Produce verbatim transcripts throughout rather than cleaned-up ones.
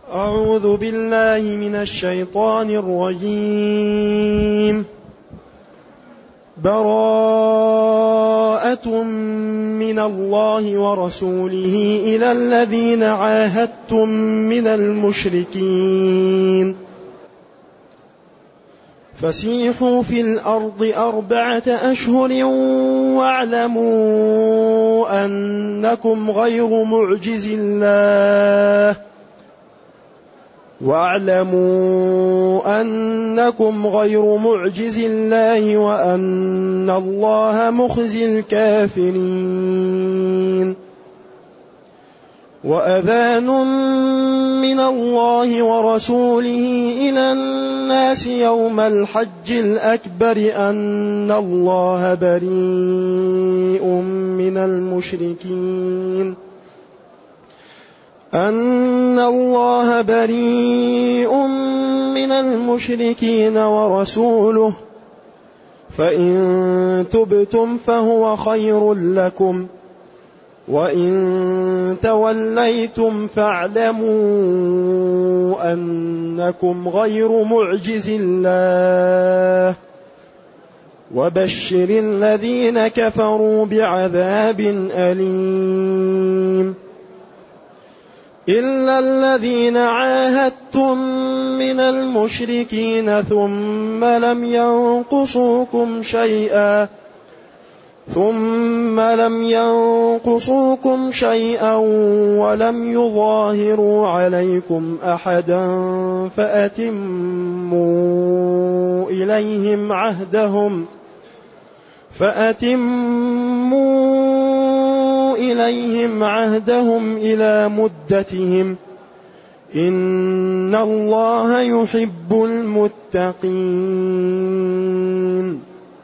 أعوذ بالله من الشيطان الرجيم. براءة من الله ورسوله إلى الذين عاهدتم من المشركين فسيحوا في الأرض أربعة أشهر واعلموا أنكم غير معجز الله واعلموا أنكم غير معجز الله وأن الله مخزي الكافرين. وأذان من الله ورسوله إلى الناس يوم الحج الأكبر أن الله بريء من المشركين أن الله بريء من المشركين ورسوله فإن تبتم فهو خير لكم وإن توليتم فاعلموا أنكم غير معجز الله وبشر الذين كفروا بعذاب أليم. إلا الذين عاهدتم من المشركين ثم لم ينقصوكم شيئا ثم لم ينقصوكم شيئا ولم يظاهروا عليكم أحدا فأتموا إليهم عهدهم فأتموا إليهم عهدهم إلى مدتهم إن الله يحب المتقين.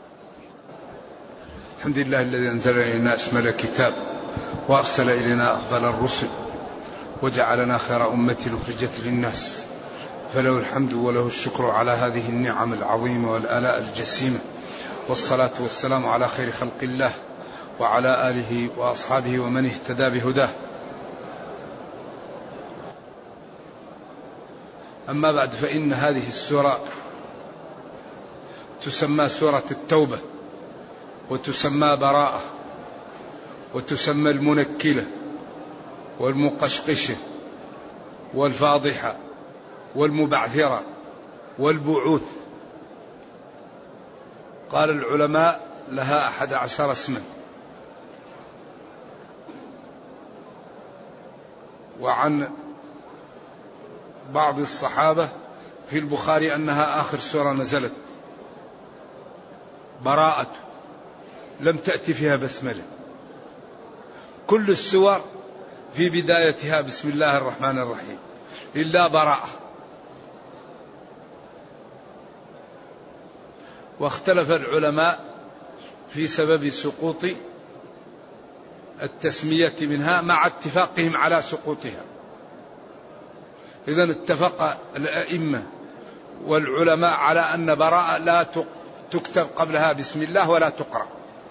الحمد لله الذي أنزل إلينا أشمل كتاب وأرسل إلينا أفضل الرسل وجعلنا خير أمة أخرجت للناس، فله الحمد وله الشكر على هذه النعم العظيمة والآلاء الجسيمة، والصلاة والسلام على خير خلق الله وعلى آله وأصحابه ومن اهتدى بهداه. أما بعد، فإن هذه السورة تسمى سورة التوبة، وتسمى براءة، وتسمى المنكلة والمقشقشة والفاضحة والمبعثرة والبعوث. قال العلماء لها أحد عشر اسما، وعن بعض الصحابة في البخاري أنها آخر سورة نزلت، براءة لم تأتي فيها بسملة. كل السور في بدايتها بسم الله الرحمن الرحيم إلا براءة. واختلف العلماء في سبب سقوط التسمية منها مع اتفاقهم على سقوطها. إذن اتفق الأئمة والعلماء على أن براءة لا تكتب قبلها بسم الله ولا تقرأ،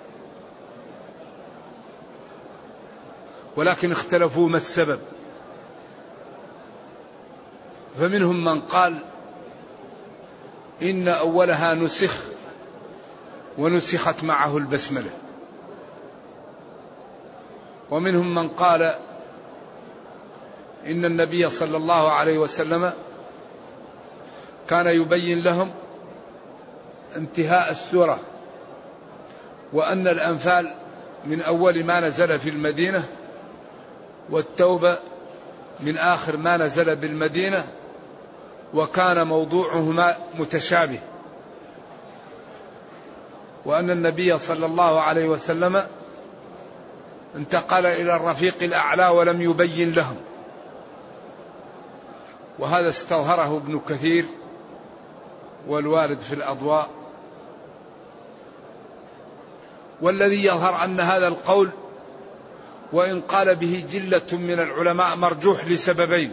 ولكن اختلفوا ما السبب. فمنهم من قال إن أولها نسخ ونسخت معه البسملة، ومنهم من قال إن النبي صلى الله عليه وسلم كان يبين لهم انتهاء السورة، وأن الأنفال من أول ما نزل في المدينة، والتوبة من آخر ما نزل بالمدينة، وكان موضوعهما متشابه، وأن النبي صلى الله عليه وسلم انتقل إلى الرفيق الأعلى ولم يبين لهم. وهذا استظهره ابن كثير والوارد في الأضواء. والذي يظهر أن هذا القول وإن قال به جلة من العلماء مرجوح لسببين.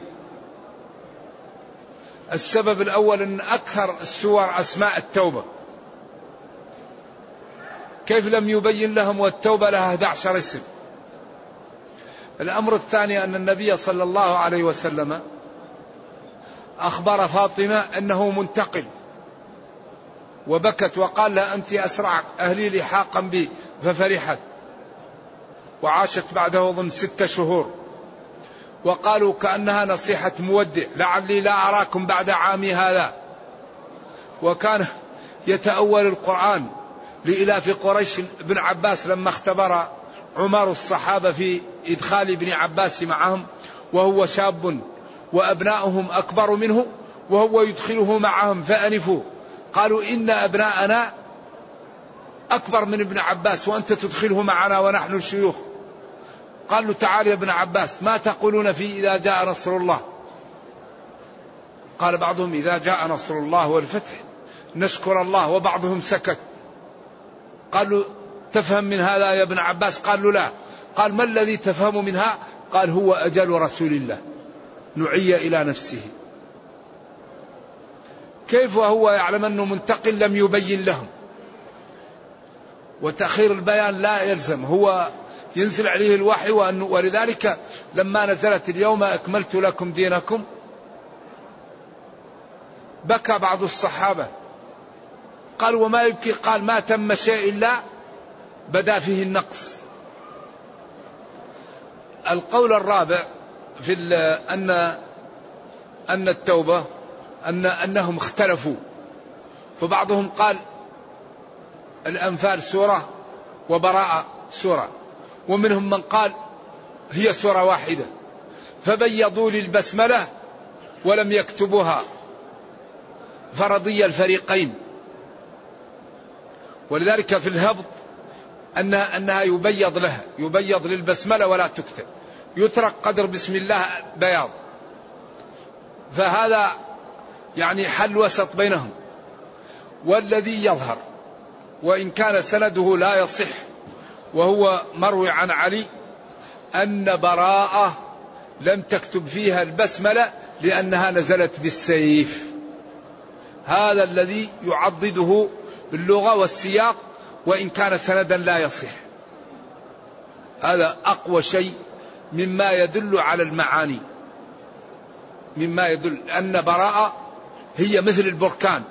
السبب الأول أن أكثر السور أسماء التوبة، كيف لم يبين لهم والتوبة لها أحد عشر اسم؟ الأمر الثاني أن النبي صلى الله عليه وسلم أخبر فاطمة أنه منتقل، وبكت وقال لها أنت أسرع أهلي لحاقا بي، ففرحت وعاشت بعده أظن ستة شهور. وقالوا كأنها نصيحة مودع، لعلي لا أراكم بعد عامي هذا. وكان يتأول القرآن لإلاف قريش. ابن عباس لما اختبر عمر الصحابة في إدخال ابن عباس معهم وهو شاب وأبناؤهم أكبر منه وهو يدخله معهم فأنفوا، قالوا إن أبناءنا أكبر من ابن عباس وأنت تدخله معنا ونحن شيوخ. قال له تعال يا ابن عباس ما تقولون في إذا جاء نصر الله؟ قال بعضهم إذا جاء نصر الله والفتح نشكر الله، وبعضهم سكت. قالوا تفهم من هذا يا ابن عباس؟ قال له لا. قال ما الذي تفهم منها؟ قال هو أجل رسول الله نعي إلى نفسه. كيف وهو يعلم أنه منتقل لم يبين لهم؟ وتأخير البيان لا يلزم، هو ينزل عليه الوحي. ولذلك لما نزلت اليوم أكملت لكم دينكم بكى بعض الصحابة. قال وما يبكي؟ قال ما تم شيء إلا بدا فيه النقص. القول الرابع في أن أن التوبة أن أنهم اختلفوا، فبعضهم قال الأنفال سورة وبراءة سورة، ومنهم من قال هي سورة واحدة، فبيضوا للبسملة ولم يكتبوها، فرضي الفريقين. ولذلك في الهبط أنها, أنها يبيض لها، يبيض للبسملة ولا تكتب، يترك قدر بسم الله بياض. فهذا يعني حل وسط بينهم. والذي يظهر وإن كان سنده لا يصح وهو مروي عن علي أن براءة لم تكتب فيها البسملة لأنها نزلت بالسيف. هذا الذي يعضده باللغة والسياق وإن كان سندا لا يصح. هذا أقوى شيء مما يدل على المعاني، مما يدل أن براءة هي مثل البركان،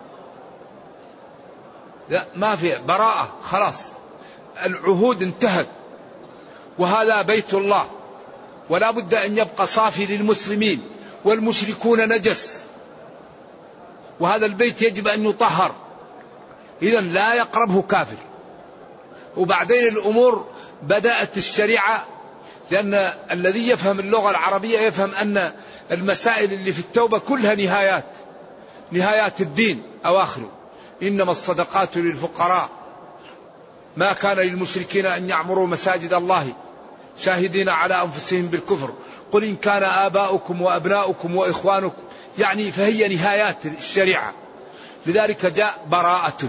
لا ما في براءة خلاص العهود انتهت، وهذا بيت الله ولا بد أن يبقى صافي للمسلمين، والمشركون نجس، وهذا البيت يجب أن يطهر، إذن لا يقربه كافر. وبعدين الأمور بدأت الشريعة، لأن الذي يفهم اللغة العربية يفهم أن المسائل اللي في التوبة كلها نهايات، نهايات الدين أواخره. إنما الصدقات للفقراء ما كان للمشركين أن يعمروا مساجد الله شاهدين على أنفسهم بالكفر، قل إن كان آباؤكم وأبناؤكم وإخوانكم، يعني فهي نهايات الشريعة. لذلك جاء براءة.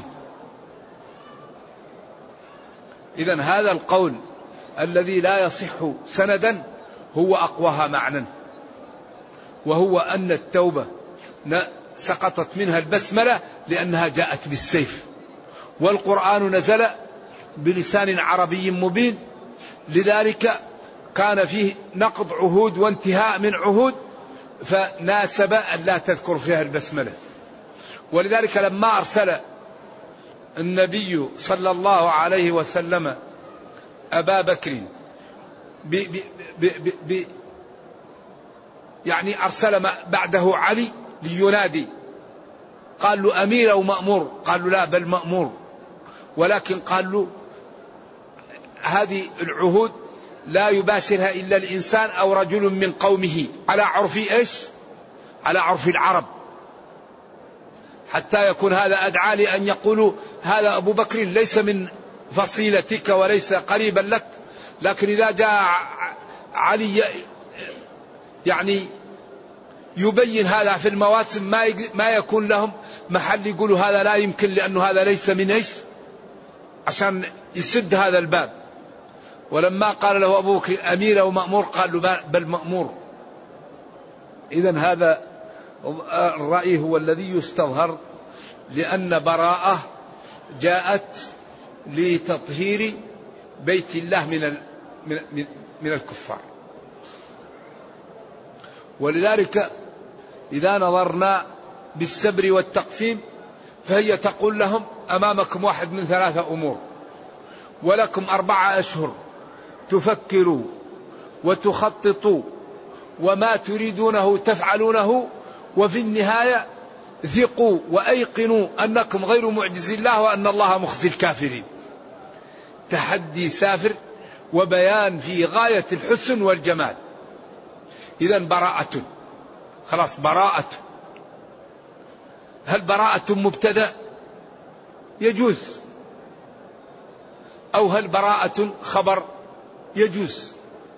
إذن هذا القول الذي لا يصح سندا هو أقواها معنى، وهو أن التوبة سقطت منها البسملة لأنها جاءت بالسيف، والقرآن نزل بلسان عربي مبين، لذلك كان فيه نقض عهود وانتهاء من عهود، فناسب أن لا تذكر فيها البسملة. ولذلك لما أرسل النبي صلى الله عليه وسلم أبا بكر ب ب ب ب ب يعني أرسل بعده علي لينادي، قال له أمير أو مأمور؟ قال له لا بل مأمور، ولكن قال له هذه العهود لا يباشرها إلا الإنسان أو رجل من قومه على عرف إيش؟ على عرف العرب، حتى يكون هذا أدعى لأن يقولوا هذا أبو بكر ليس من فصيلتك وليس قريبا لك. لكن إذا جاء علي يعني يبين هذا في المواسم ما ما يكون لهم محل يقولوا هذا لا يمكن لأنه هذا ليس من إيش، عشان يسد هذا الباب. ولما قال له أبو بكر أمير أو مأمور قال له بل مأمور. إذن هذا الرأي هو الذي يستظهر، لأن براءة جاءت لتطهير بيت الله من من من الكفار. ولذلك إذا نظرنا بالسبر والتقسيم فهي تقول لهم أمامكم واحد من ثلاثة أمور، ولكم أربعة أشهر تفكروا وتخططوا وما تريدونه تفعلونه، وفي النهاية ثقوا وأيقنوا أنكم غير معجز الله وأن الله مخزي الكافرين. تحدي سافر وبيان في غاية الحسن والجمال. إذن براءة، خلاص براءة. هل براءة مبتدأ؟ يجوز. أو هل براءة خبر؟ يجوز.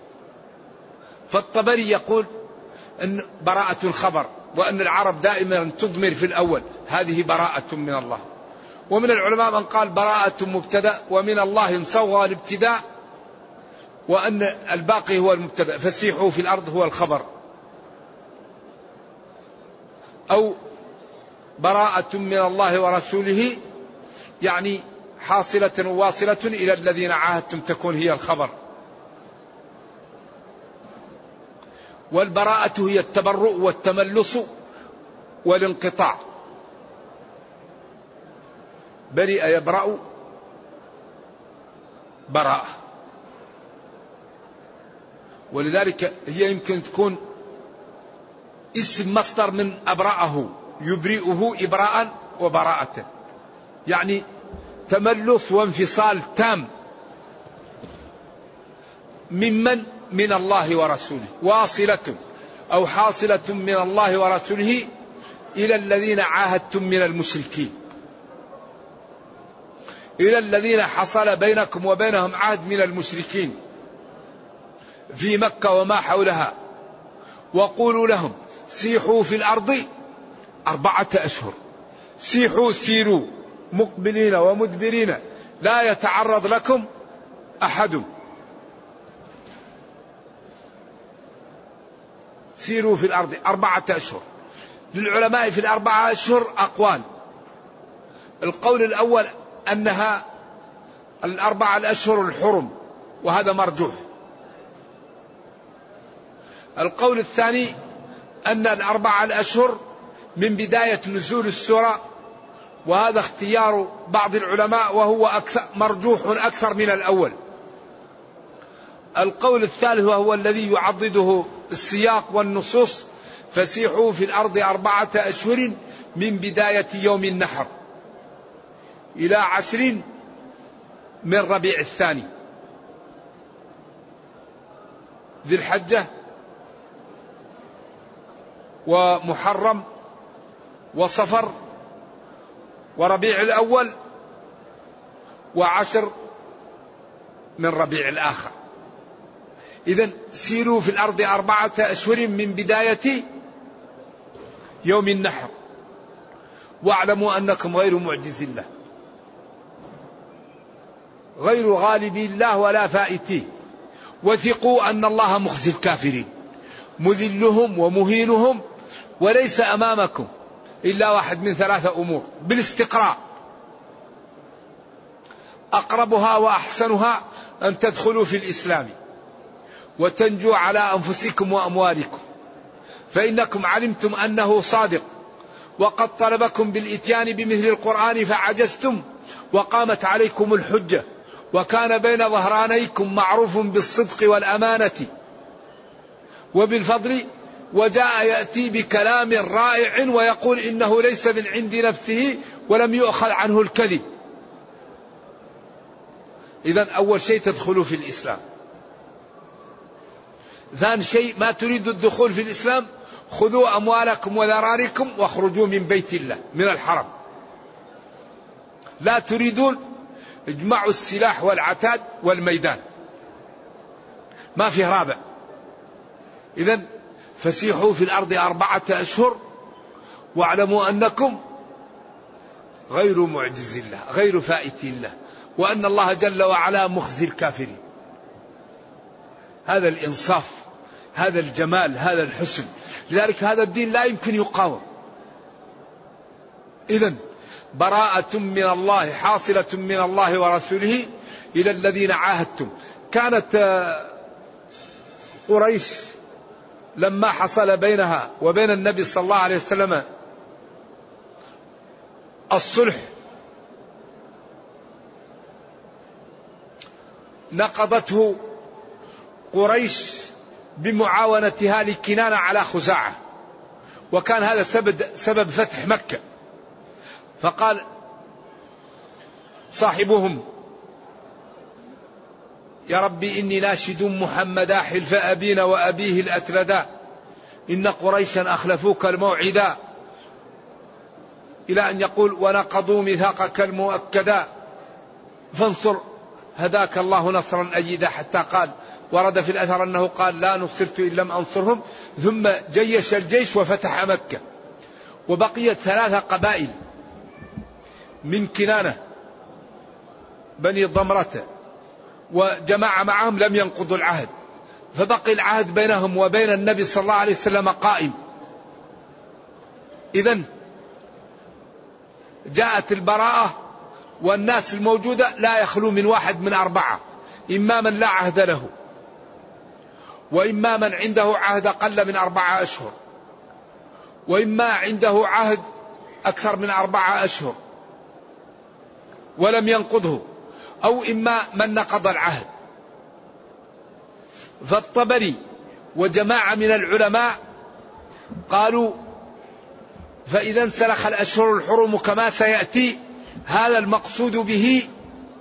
فالطبري يقول أن براءة خبر، وأن العرب دائما تضمر في الأول، هذه براءة من الله. ومن العلماء من قال براءة مبتدأ ومن الله مصوغ الابتداء، وأن الباقي هو المبتدأ، فسيحوا في الأرض هو الخبر. أو براءة من الله ورسوله يعني حاصلة واصلة إلى الذين عاهدتم تكون هي الخبر. والبراءة هي التبرؤ والتملص والانقطاع. برئ يبرأ براءة. ولذلك هي يمكن تكون اسم مصدر من أبرأه، يبرئه إبراء وبراءة، يعني تملص وانفصال تام. ممن؟ من الله ورسوله. واصلة أو حاصلة من الله ورسوله إلى الذين عاهدتم من المشركين، إلى الذين حصل بينكم وبينهم عهد من المشركين في مكة وما حولها. وقولوا لهم سيحوا في الأرض أربعة أشهر. سيحوا سيروا مقبلين ومدبرين لا يتعرض لكم أحد. سيروا في الأرض أربعة أشهر. للعلماء في الأربعة أشهر أقوال. القول الأول أنها الأربعة الأشهر الحرم، وهذا مرجوح. القول الثاني أن الأربعة الأشهر من بداية نزول السورة، وهذا اختيار بعض العلماء وهو أكثر مرجوح أكثر من الأول. القول الثالث وهو الذي يعضده السياق والنصوص، فسيحوا في الأرض أربعة أشهر من بداية يوم النحر إلى عشر من ربيع الثاني، ذي الحجة ومحرم وصفر وربيع الأول وعشر من ربيع الآخر. إذن سيروا في الأرض أربعة أشهر من بداية يوم النحر، واعلموا أنكم غير معجز الله، غير غالبي الله ولا فائتيه، وثقوا أن الله مخزي الكافرين مذلهم ومهينهم، وليس أمامكم إلا واحد من ثلاثة أمور بالاستقراء. أقربها وأحسنها أن تدخلوا في الإسلام وتنجوا على أنفسكم وأموالكم، فإنكم علمتم أنه صادق، وقد طلبكم بالإتيان بمثل القرآن فعجزتم، وقامت عليكم الحجة، وكان بين ظهرانيكم معروف بالصدق والأمانة وبالفضل، وجاء يأتي بكلام رائع ويقول إنه ليس من عند نفسه ولم يؤخذ عنه الكذب. إذن أول شيء تدخلوا في الإسلام. ثاني شيء ما تريدوا الدخول في الإسلام خذوا أموالكم وذراريكم واخرجوا من بيت الله من الحرم. لا تريدون اجمعوا السلاح والعتاد والميدان، ما في رابع. إذن فسيحوا في الأرض أربعة أشهر واعلموا أنكم غير معجز الله غير فائتي الله، وأن الله جل وعلا مخزي الكافرين. هذا الإنصاف، هذا الجمال، هذا الحسن. لذلك هذا الدين لا يمكن يقاوم. إذن براءة من الله حاصلة من الله ورسوله إلى الذين عاهدتم. كانت قريش لما حصل بينها وبين النبي صلى الله عليه وسلم الصلح نقضته قريش بمعاونتها لكنانة على خزاعة، وكان هذا سبب, سبب فتح مكة. فقال صاحبهم يا ربي إني ناشد محمدا حلف أبينا وأبيه الأتلدا إن قريشا أخلفوك الموعدا، إلى أن يقول ونقضوا ميثاقك المؤكدا فانصر هداك الله نصرا أجيدا، حتى قال ورد في الأثر أنه قال لا نصرت إن لم أنصرهم، ثم جيش الجيش وفتح مكة. وبقيت ثلاثة قبائل من كنانة بني ضمرة وجماعة معهم لم ينقضوا العهد، فبقي العهد بينهم وبين النبي صلى الله عليه وسلم قائم. إذن جاءت البراءة والناس الموجودة لا يخلو من واحد من أربعة، إما من لا عهد له، وإما من عنده عهد قل من أربعة أشهر، وإما عنده عهد أكثر من أربعة أشهر ولم ينقضه، أو إما من نقض العهد. فالطبري وجماعة من العلماء قالوا فإذا انسلخ الأشهر الحرم كما سيأتي، هذا المقصود به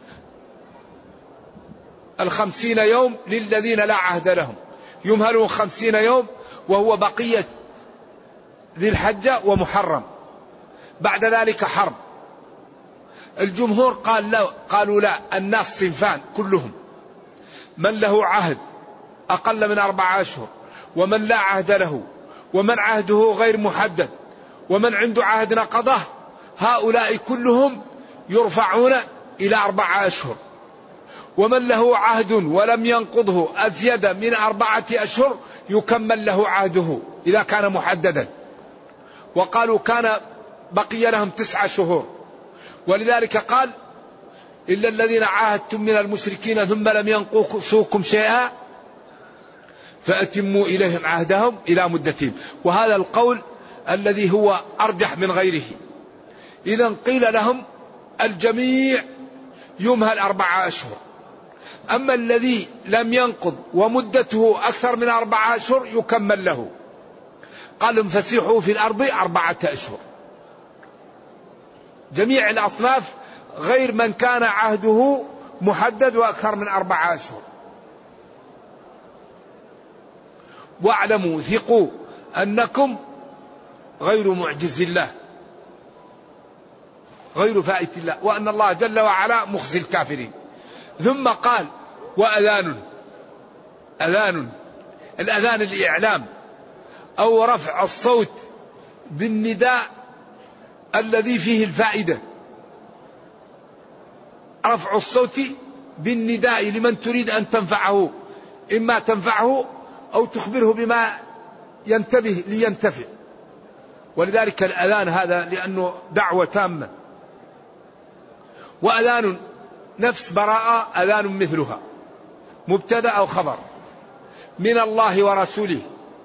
الخمسين يوم للذين لا عهد لهم، يمهلون خمسين يوم وهو بقية ذي الحجة ومحرم، بعد ذلك حرب. الجمهور قال لا، قالوا لا، الناس صنفان كلهم، من له عهد أقل من أربعة أشهر، ومن لا عهد له، ومن عهده غير محدد، ومن عنده عهد نقضه، هؤلاء كلهم يرفعون إلى أربعة أشهر. ومن له عهد ولم ينقضه أزيد من أربعة أشهر يكمل له عهده إذا كان محددا. وقالوا كان بقي لهم تسعة شهور، ولذلك قال إلا الذين عاهدتم من المشركين ثم لم ينقصوكم شيئا فأتموا إليهم عهدهم إلى مدتهم، وهذا القول الذي هو أرجح من غيره. إذا قيل لهم الجميع يمهل أربعة أشهر، أما الذي لم ينقض ومدته أكثر من أربعة أشهر يكمل له. قال انفسحوا في الأرض أربعة أشهر، جميع الأصناف غير من كان عهده محدد وأكثر من أربعة أشهر. واعلموا ثقوا أنكم غير معجز الله، غير فائت الله، وأن الله جل وعلا مخزي الكافرين. ثم قال وأذان، أذان، الأذان الإعلام أو رفع الصوت بالنداء الذي فيه الفائدة، رفع الصوت بالنداء لمن تريد أن تنفعه، إما تنفعه أو تخبره بما ينتبه لينتفع. ولذلك الأذان هذا لأنه دعوة تامة. وأذان نفس براءة أذان مثلها، مبتدأ أو خبر، من الله ورسوله.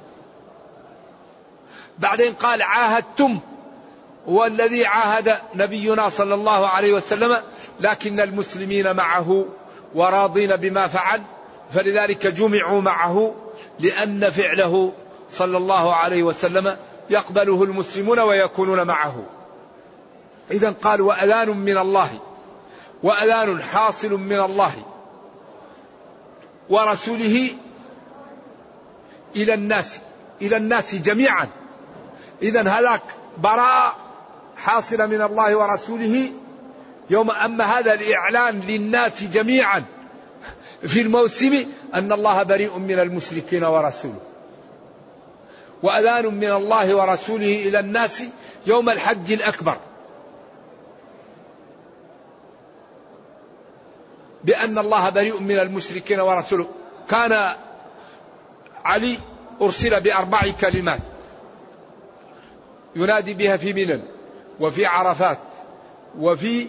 بعدين قال عاهدتم، هو الذي عاهد نبينا صلى الله عليه وسلم، لكن المسلمين معه وراضين بما فعل، فلذلك جمعوا معه، لأن فعله صلى الله عليه وسلم يقبله المسلمون ويكونون معه. إذا قال وأذان من الله، وأذان حاصل من الله ورسوله إلى الناس، إلى الناس جميعا. إذا هذاك براءة حاصلة من الله ورسوله يوم، أما هذا الإعلان للناس جميعا في الموسم أن الله بريء من المشركين ورسوله. وأذان من الله ورسوله إلى الناس يوم الحج الأكبر بأن الله بريء من المشركين ورسوله. كان علي أرسل بأربع كلمات ينادي بها في منى وفي عرفات وفي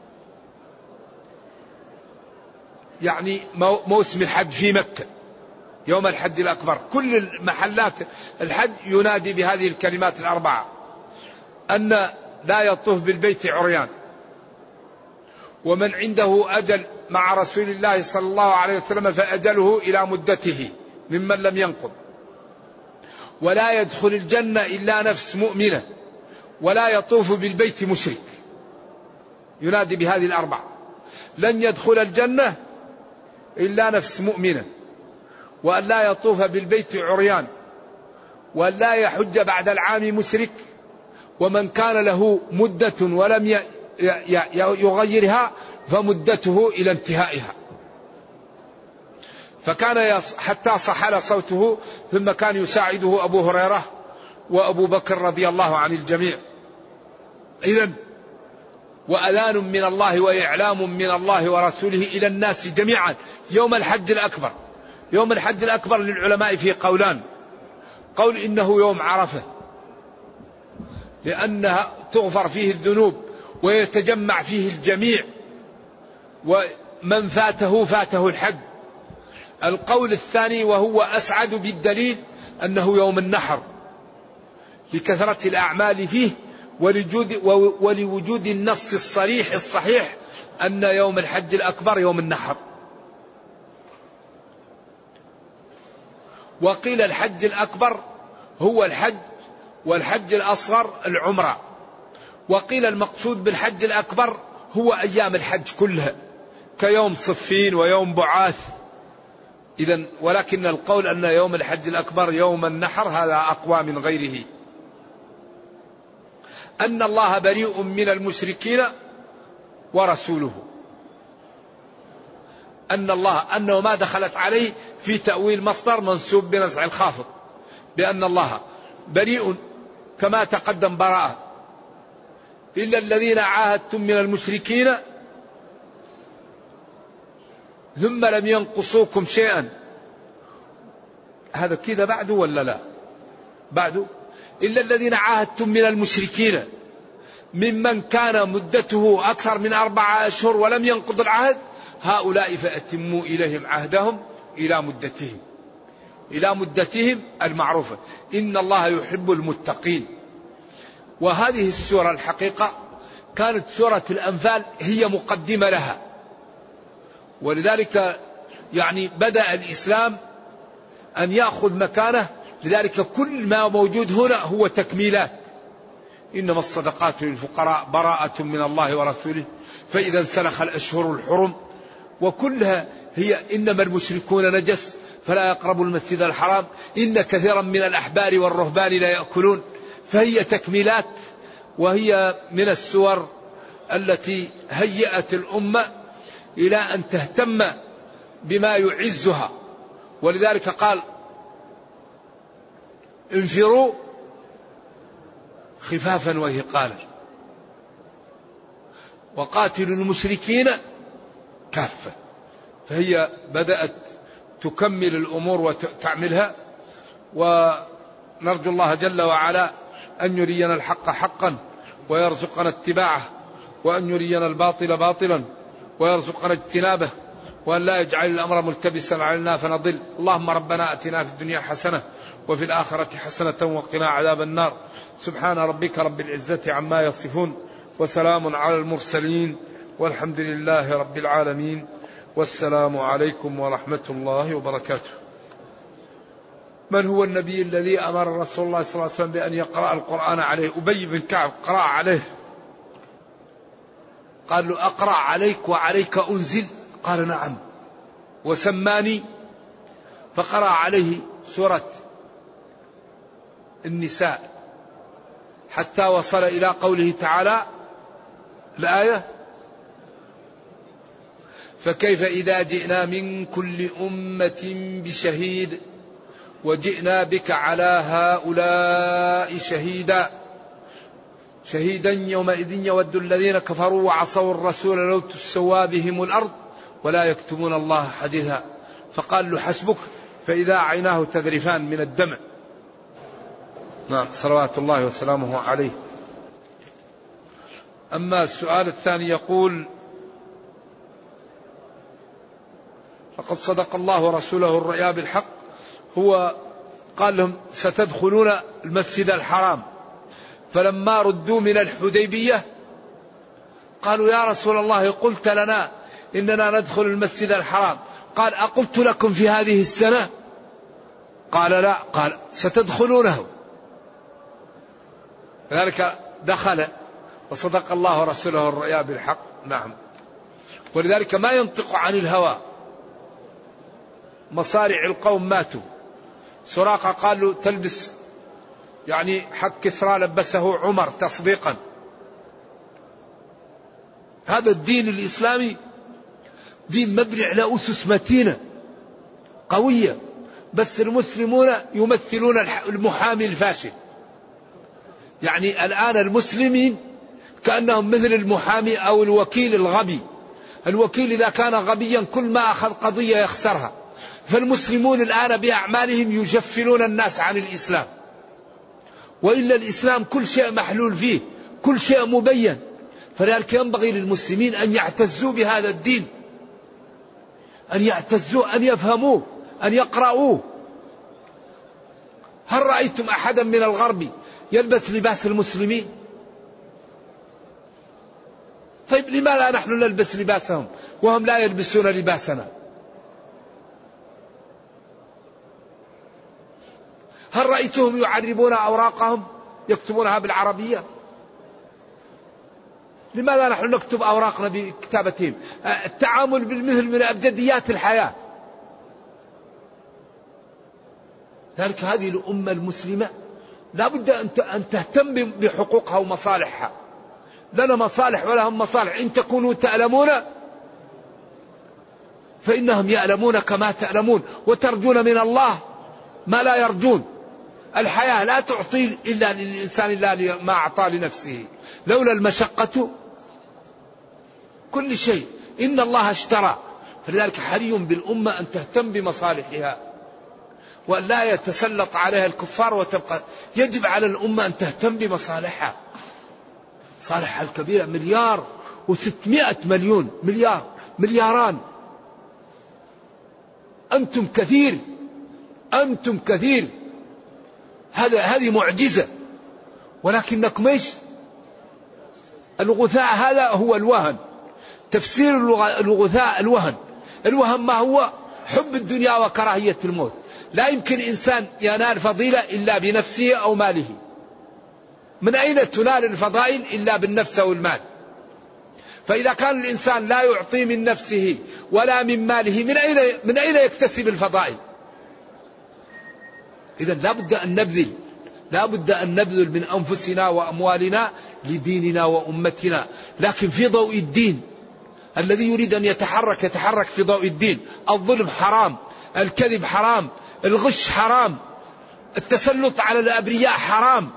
يعني موسم الحج في مكة. يوم الحج الأكبر كل محلات الحج ينادي بهذه الكلمات الأربعة: أن لا يطوف بالبيت عريان، ومن عنده أجل مع رسول الله صلى الله عليه وسلم فأجله إلى مدته ممن لم ينقض، ولا يدخل الجنة إلا نفس مؤمنة، ولا يطوف بالبيت مشرك. ينادي بهذه الأربعة: لن يدخل الجنة إلا نفس مؤمنة، وأن لا يطوف بالبيت عريان، وأن لا يحج بعد العام مشرك، ومن كان له مدة ولم يغيرها فمدته إلى انتهائها. فكان حتى صحل صوته، ثم كان يساعده أبو هريرة وأبو بكر رضي الله عن الجميع. إذن وأذان من الله وإعلام من الله ورسوله إلى الناس جميعا يوم الحج الأكبر. يوم الحج الأكبر للعلماء فيه قولان: قول إنه يوم عرفة لأنها تغفر فيه الذنوب ويتجمع فيه الجميع، ومن فاته فاته الحج. القول الثاني وهو أسعد بالدليل أنه يوم النحر لكثرة الأعمال فيه ولوجود, ولوجود النص الصريح الصحيح أن يوم الحج الأكبر يوم النحر. وقيل الحج الأكبر هو الحج، والحج الأصغر العمرة. وقيل المقصود بالحج الأكبر هو أيام الحج كلها كيوم صفين ويوم بعاث. إذن ولكن القول أن يوم الحج الأكبر يوم النحر هذا أقوى من غيره. أن الله بريء من المشركين ورسوله، أن الله أنه ما دخلت عليه في تأويل مصدر منسوب بنزع الخافض، بأن الله بريء كما تقدم براءة إلا الذين عاهدتم من المشركين ثم لم ينقصوكم شيئا. هذا كذا بعده ولا لا؟ بعده. إلا الذين عاهدتم من المشركين ممن كان مدته أكثر من أربعة أشهر ولم ينقض العهد، هؤلاء فأتموا إليهم عهدهم إلى مدتهم، إلى مدتهم المعروفة. إن الله يحب المتقين. وهذه السورة الحقيقة كانت سورة الأنفال هي مقدمة لها، ولذلك يعني بدأ الإسلام أن يأخذ مكانه. لذلك كل ما موجود هنا هو تكميلات. إنما الصدقات للفقراء براءة من الله ورسوله، فإذا انسلخ الأشهر الحرم، وكلها هي إنما المشركون نجس فلا يقربوا المسجد الحرام، إن كثيرا من الأحبار والرهبان لا يأكلون. فهي تكميلات، وهي من السور التي هيأت الأمة إلى أن تهتم بما يعزها. ولذلك قال: انفروا خفافا وثقالا وقاتلوا المشركين كافة. فهي بدأت تكمل الأمور وتعملها. ونرجو الله جل وعلا أن يرينا الحق حقا ويرزقنا اتباعه، وأن يرينا الباطل باطلا ويرزقنا اجتنابه، وأن لا يجعل الأمر ملتبسا علينا فنضل. اللهم ربنا أتنا في الدنيا حسنة وفي الآخرة حسنة وقنا عذاب النار. سبحان ربك رب العزة عما يصفون، وسلام على المرسلين، والحمد لله رب العالمين، والسلام عليكم ورحمة الله وبركاته. من هو النبي الذي أمر رسول الله صلى الله عليه وسلم بأن يقرأ القرآن عليه؟ أبي بن كعب قرأ عليه، قال له: أقرأ عليك وعليك أنزل؟ قال: نعم. وسماني، فقرأ عليه سورة النساء حتى وصل إلى قوله تعالى الآية: فكيف إذا جئنا من كل أمة بشهيد وجئنا بك على هؤلاء شهيدا شهيدا يومئذ يود الذين كفروا وعصوا الرسول لو تسوى بهم الأرض ولا يكتمون الله حديثا. فقال له: حسبك. فإذا عيناه تذرفان من الدمع. نعم، صلوات الله وسلامه عليه. أما السؤال الثاني يقول: لقد صدق الله ورسوله الرؤيا بالحق هو قال لهم ستدخلون المسجد الحرام، فلما ردوا من الحديبية قالوا يا رسول الله قلت لنا إننا ندخل المسجد الحرام، قال أقلت لكم في هذه السنة؟ قال لا، قال ستدخلونه. لذلك دخل وصدق الله ورسوله الرؤيا بالحق. نعم. ولذلك ما ينطق عن الهوى. مصارع القوم ماتوا. سراقة قال له تلبس يعني حق كسرى لبسه عمر تصديقا. هذا الدين الإسلامي دين مبني على أسس متينة قوية، بس المسلمون يمثلون المحامي الفاشل. يعني الآن المسلمين كأنهم مثل المحامي أو الوكيل الغبي. الوكيل إذا كان غبيا كل ما أخذ قضية يخسرها. فالمسلمون الآن بأعمالهم يجفلون الناس عن الإسلام، وإلا الإسلام كل شيء محلول فيه، كل شيء مبين. فلذلك ينبغي للمسلمين أن يعتزوا بهذا الدين، أن يعتزوا، أن يفهموه، أن يقرأوه. هل رأيتم أحدا من الغرب يلبس لباس المسلمين؟ طيب لماذا نحن نلبس لباسهم وهم لا يلبسون لباسنا؟ هل رأيتهم يعربون أوراقهم يكتبونها بالعربية؟ لماذا نحن نكتب أوراقنا بكتابتهم؟ التعامل بالمثل من أبجديات الحياة. ذلك هذه الأمة المسلمة لا بد أن تهتم بحقوقها ومصالحها. لنا مصالح ولهم مصالح. إن تكونوا تألمون فإنهم يألمون كما تألمون، وترجون من الله ما لا يرجون. الحياة لا تعطي إلا للإنسان إلا ما أعطى لنفسه. لولا المشقة كل شيء. إن الله اشترى. فلذلك حري بالأمة أن تهتم بمصالحها وأن لا يتسلط عليها الكفار وتبقى. يجب على الأمة أن تهتم بمصالحها. صالحها الكبيرة مليار وستمائة مليون، مليار ملياران. أنتم كثير، أنتم كثير. هذا هذه معجزة. ولكنكم ايش؟ الغثاء هذا هو الوهن. تفسير الغثاء الوهن. الوهن ما هو؟ حب الدنيا وكراهية الموت. لا يمكن إنسان ينال فضيلة إلا بنفسه أو ماله. من أين تنال الفضائل إلا بالنفس والمال؟ فإذا كان الإنسان لا يعطي من نفسه ولا من ماله من أين من أين يكتسب الفضائل؟ إذا لا بد أن نبذل، لا بد أن نبذل من أنفسنا وأموالنا لديننا وأمتنا، لكن في ضوء الدين. الذي يريد أن يتحرك يتحرك في ضوء الدين. الظلم حرام، الكذب حرام، الغش حرام، التسلط على الأبرياء حرام،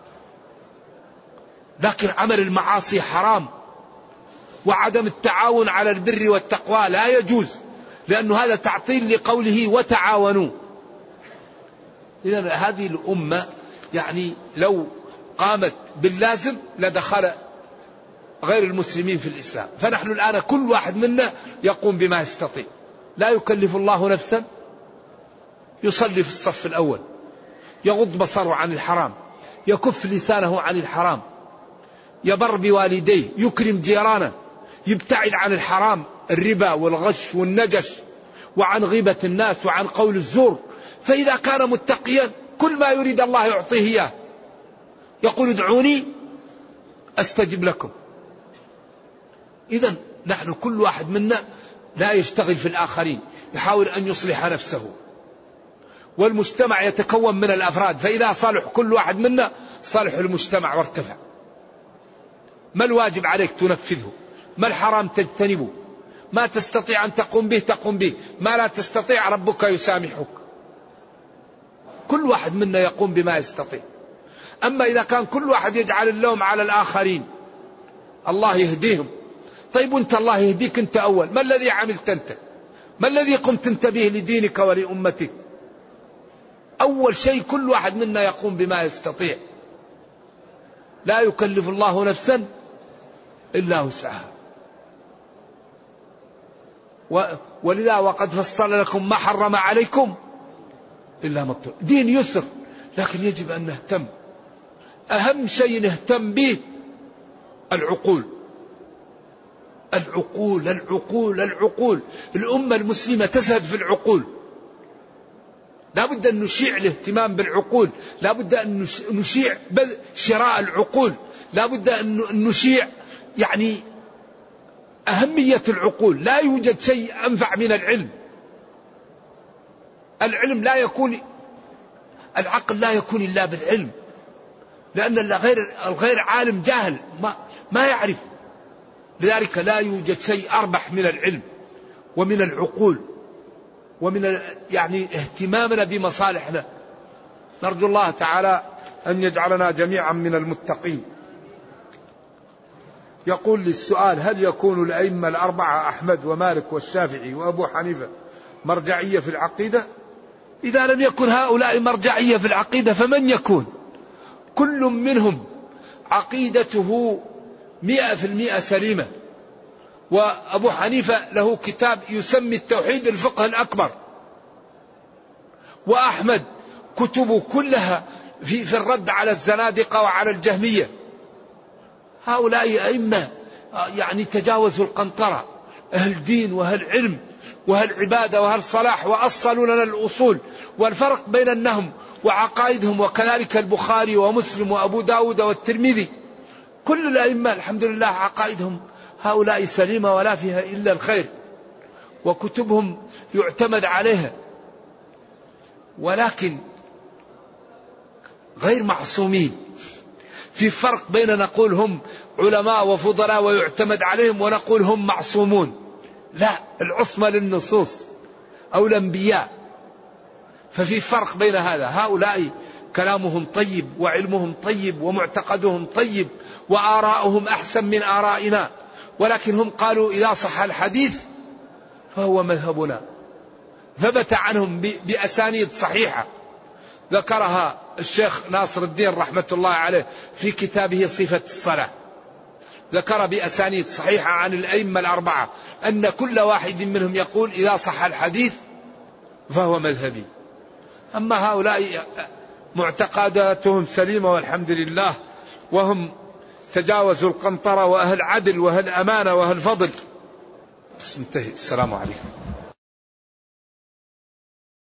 لكن عمل المعاصي حرام. وعدم التعاون على البر والتقوى لا يجوز، لأن هذا تعطيل لقوله وتعاونوا. إذن هذه الأمة يعني لو قامت باللازم لدخل غير المسلمين في الإسلام. فنحن الآن كل واحد منا يقوم بما يستطيع. لا يكلف الله نفسا. يصلي في الصف الأول، يغض بصره عن الحرام، يكف لسانه عن الحرام، يبر بوالديه، يكرم جيرانه، يبتعد عن الحرام، الربا والغش والنجش، وعن غيبة الناس وعن قول الزور. فإذا كان متقيا كل ما يريد الله يعطيه إياه. يقول ادعوني أستجب لكم. إذن نحن كل واحد منا لا يشتغل في الآخرين، يحاول أن يصلح نفسه. والمجتمع يتكون من الأفراد، فإذا صالح كل واحد منا صالح المجتمع وارتفع. ما الواجب عليك تنفذه، ما الحرام تجتنبه، ما تستطيع أن تقوم به تقوم به، ما لا تستطيع ربك يسامحك. كل واحد منا يقوم بما يستطيع. أما إذا كان كل واحد يجعل اللوم على الآخرين، الله يهديهم. طيب وانت الله يهديك انت أول، ما الذي عملت انت؟ ما الذي قمت انت به لدينك ولأمتك؟ أول شيء كل واحد منا يقوم بما يستطيع. لا يكلف الله نفسا إلا وسعها. ولذا وقد فصل لكم ما حرم عليكم إلا ما اضطر. دين يسر، لكن يجب أن نهتم. أهم شيء نهتم به العقول العقول العقول العقول. الأمة المسلمة تزهد في العقول، لا بد أن نشيع الاهتمام بالعقول، لا بد أن نشيع شراء العقول، لا بد أن نشيع يعني أهمية العقول. لا يوجد شيء أنفع من العلم. العلم لا يكون، العقل لا يكون إلا بالعلم، لأن الغير الغير عالم جاهل ما ما يعرف. لذلك لا يوجد شيء أربح من العلم ومن العقول ومن يعني اهتمامنا بمصالحنا. نرجو الله تعالى أن يجعلنا جميعا من المتقين. يقول للسؤال: هل يكون الأئمة الأربعة أحمد ومالك والشافعي وأبو حنيفة مرجعية في العقيدة؟ إذا لم يكن هؤلاء مرجعية في العقيدة فمن يكون؟ كل منهم عقيدته مئة في المئة سليمة. وأبو حنيفة له كتاب يسمي التوحيد الفقه الأكبر، وأحمد كتبه كلها في, في الرد على الزنادقة وعلى الجهمية. هؤلاء أئمة يعني تجاوزوا القنطرة، أهل دين وأهل علم وأهل عبادة وأهل صلاح، وأصلوا لنا الأصول والفرق بين النهم وعقائدهم. وكذلك البخاري ومسلم وأبو داود والترمذي، كل الأئمة الحمد لله عقائدهم هؤلاء سليمة ولا فيها إلا الخير، وكتبهم يعتمد عليها. ولكن غير معصومين. في فرق بين نقول هم علماء وفضلاء ويعتمد عليهم ونقول هم معصومون. لا، العصمة للنصوص أو الأنبياء. ففي فرق بين هذا. هؤلاء كلامهم طيب وعلمهم طيب ومعتقدهم طيب وآراؤهم أحسن من آرائنا، ولكن هم قالوا إذا صح الحديث فهو مذهبنا. ثبت عنهم بأسانيد صحيحة ذكرها الشيخ ناصر الدين رحمة الله عليه في كتابه صفة الصلاة. ذكر بأسانيد صحيحة عن الأئمة الأربعة أن كل واحد منهم يقول إذا صح الحديث فهو مذهبي. أما هؤلاء معتقداتهم سليمة والحمد لله، وهم تجاوزوا القنطرة، وأهل عدل وأهل أمانة وأهل فضل. بس انتهي. السلام عليكم.